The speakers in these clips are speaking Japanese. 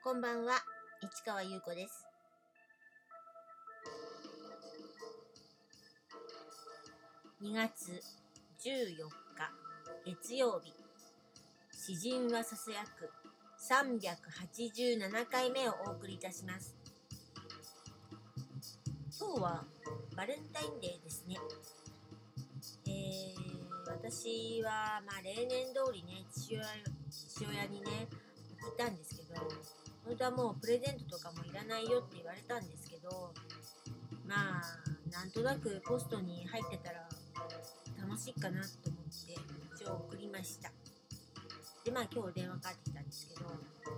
こんばんは、市川優子です。2月14日月曜日、詩人はささやく387回目をお送りいたします。今日はバレンタインデーですね。私は例年通りね、父親にね送ったんですけど、本当はもうプレゼントとかもいらないよって言われたんですけど、なんとなくポストに入ってたら楽しいかなと思って一応送りました。で今日電話かかってきたんですけど、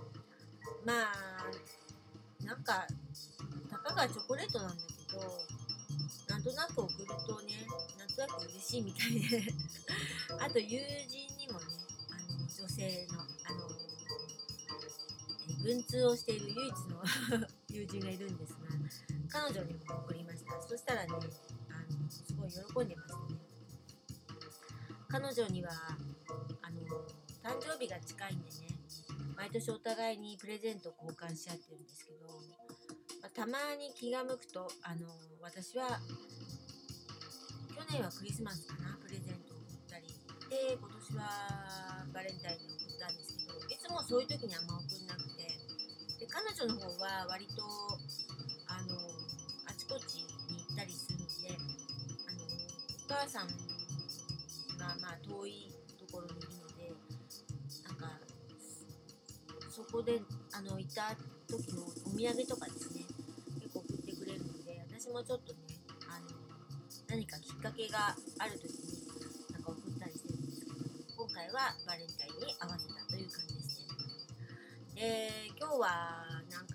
なんかたかがチョコレートなんだけど、なんとなく送るとね、なんとなく嬉しいみたいであと友人にもね、女性の文通をしている唯一の友人がいるんですが、彼女にも送りました。そしたらね、すごい喜んでましたね。彼女には誕生日が近いんでね、毎年お互いにプレゼント交換し合ってるんですけど、たまに気が向くと私は去年はクリスマスかな、プレゼントを送ったりで、今年はバレンタインで送ったんですけど、いつもそういう時にあんま送んなくて、で彼女の方は割とあちこちに行ったりするので、お母さんが遠いところにいるので、なんかそこで行った時のお土産とかですね、結構送ってくれるので、私もちょっとね何かきっかけがある時になんか送ったりしてるんですけど、今回はバレンタインに合わせたという感じですね。で今日は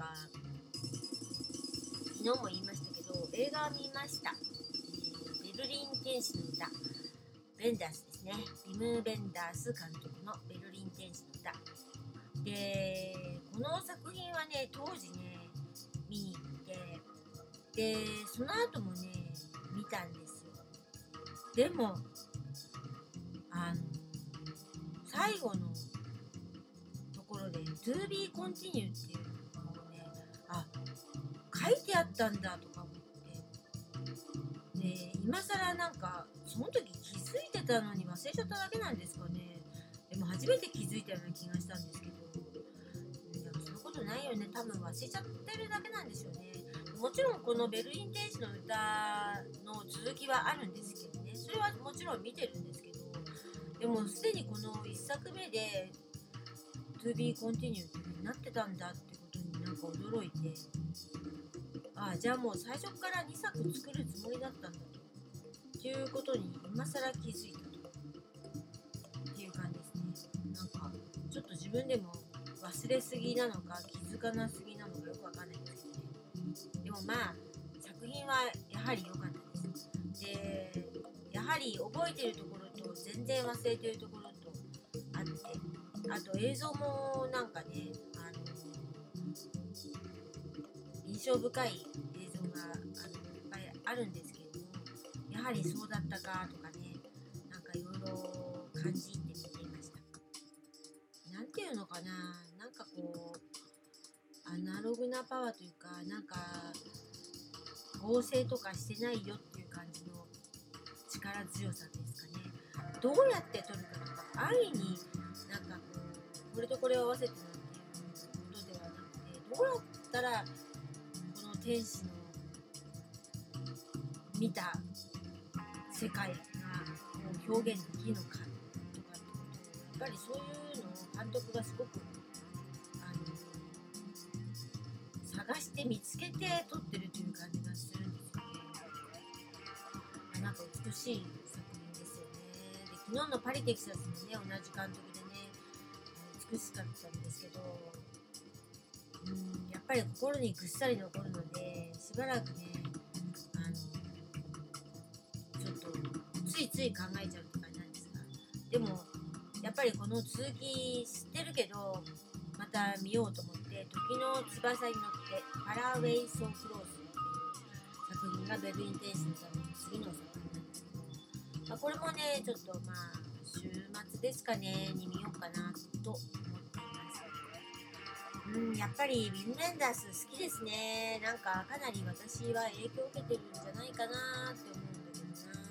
昨日も言いましたけど、映画を見ました。ベルリン天使の歌、ベンダースですね。ビム・ベンダース監督のベルリン天使の歌で、この作品はね、当時ね見に行って、でその後もね見たんですよ。でも最後のところで To be continued っていうのをね、書いてあったんだとか思って、で今更その時気づいてたのに忘れちゃっただけなんですかね。でも初めて気づいたような気がしたんですけど、でもそんなことないよね、多分忘れちゃってるだけなんですよね。もちろんこのベルリン天使の歌の続きはあるんですけどね、それはもちろん見てるんですけど、でもすでにこの1作目で To be continued になってたんだってことに驚いて、じゃあもう最初から2作作るつもりだったんだということに今更気づいたとっていう感じですね。ちょっと自分でも忘れすぎなのか気づかなすぎなのかよくわかんないんですけどね。でも作品はやはり良かったです。でやはり覚えてるところと全然忘れてるところとあって、あと映像も印象深い映像がいっぱいあるんですけれども、やはりそうだったかとかね、いろいろ感じて見ていました。なんていうのかな、アナログなパワーというか、合成とかしてないよっていう感じの力強さですかね。どうやって撮るかとか、安易にこれとこれを合わせてなんていうことではなくて、どうやったらこの天使の見た世界が表現できるのかとかってことを、やっぱりそういうのを監督がすごく探して見つけて撮ってるという感じがするんですよね。美しい作品ですよね。で昨日のパリテキサスもね、同じ監督でね、美しかったんですけど、やっぱり心にぐっさり残るので、しばらくねちょっとついつい考えちゃうって感じなんですが、でもやっぱりこの続き知ってるけどまた見ようと思って、時の翼に乗ってパラーウェイ・ソー・クロースっていう作品がベルリン天使のための次の作品なんですけど、これもねちょっと週末ですかねに見ようかなと思っています。 やっぱりウィム・ウェンダース好きですね。なんかかなり私は影響を受けてるんじゃないかなって思うんだけどな。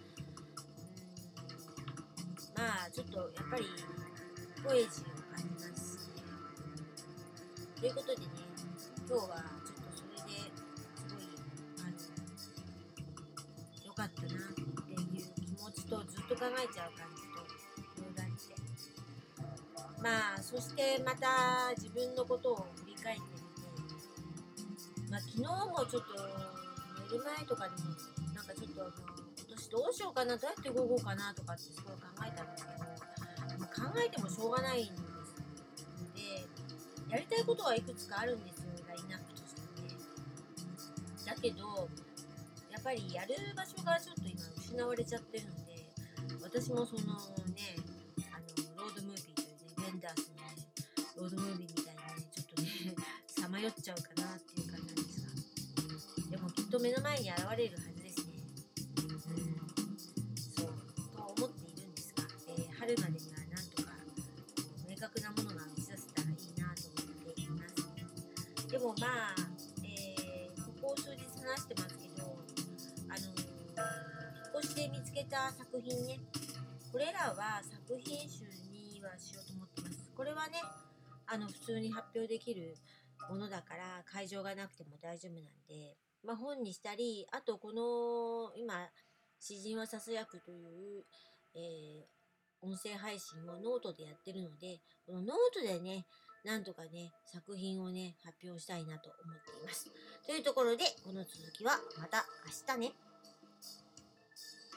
まあちょっとやっぱりポエジーを感じますしね。ということでね、今日はちょっとそれですごい良かったなっていう気持ちとずっと考えちゃう感じといろいろあって、まあそしてまた自分のことを振り返ってみて、まあ昨日もちょっと寝る前とかでもなんかちょっと今年どうしようかな、どうやって動こうかなとかってすごい考えたんですけど、まあ、考えてもしょうがないんですので、やりたいことはいくつかあるんですよ、ラインナップとしてはね。だけどやっぱりやる場所がちょっと今失われちゃってるので、私もそのね、ロードムービーというね、ベンダースのね、ロードムービーみたいにね、ちょっとね、さまよっちゃうかなっていう感じなんですが、でもきっと目の前に現れるはずですね。そうと思っているんですが、春までにはなんとか明確なものが打ち出せたらいいなと思っています。でもまあ、ここ数日話してますけど、引っ越しで見つけた作品ね、これらは作品集にはしようと思ってます。これはね、普通に発表できるものだから会場がなくても大丈夫なんで、まあ、本にしたり、あとこの今詩人はささやくという、音声配信をノートでやってるので、このノートでね、なんとかね、作品をね、発表したいなと思っています。というところで、この続きはまた明日ね。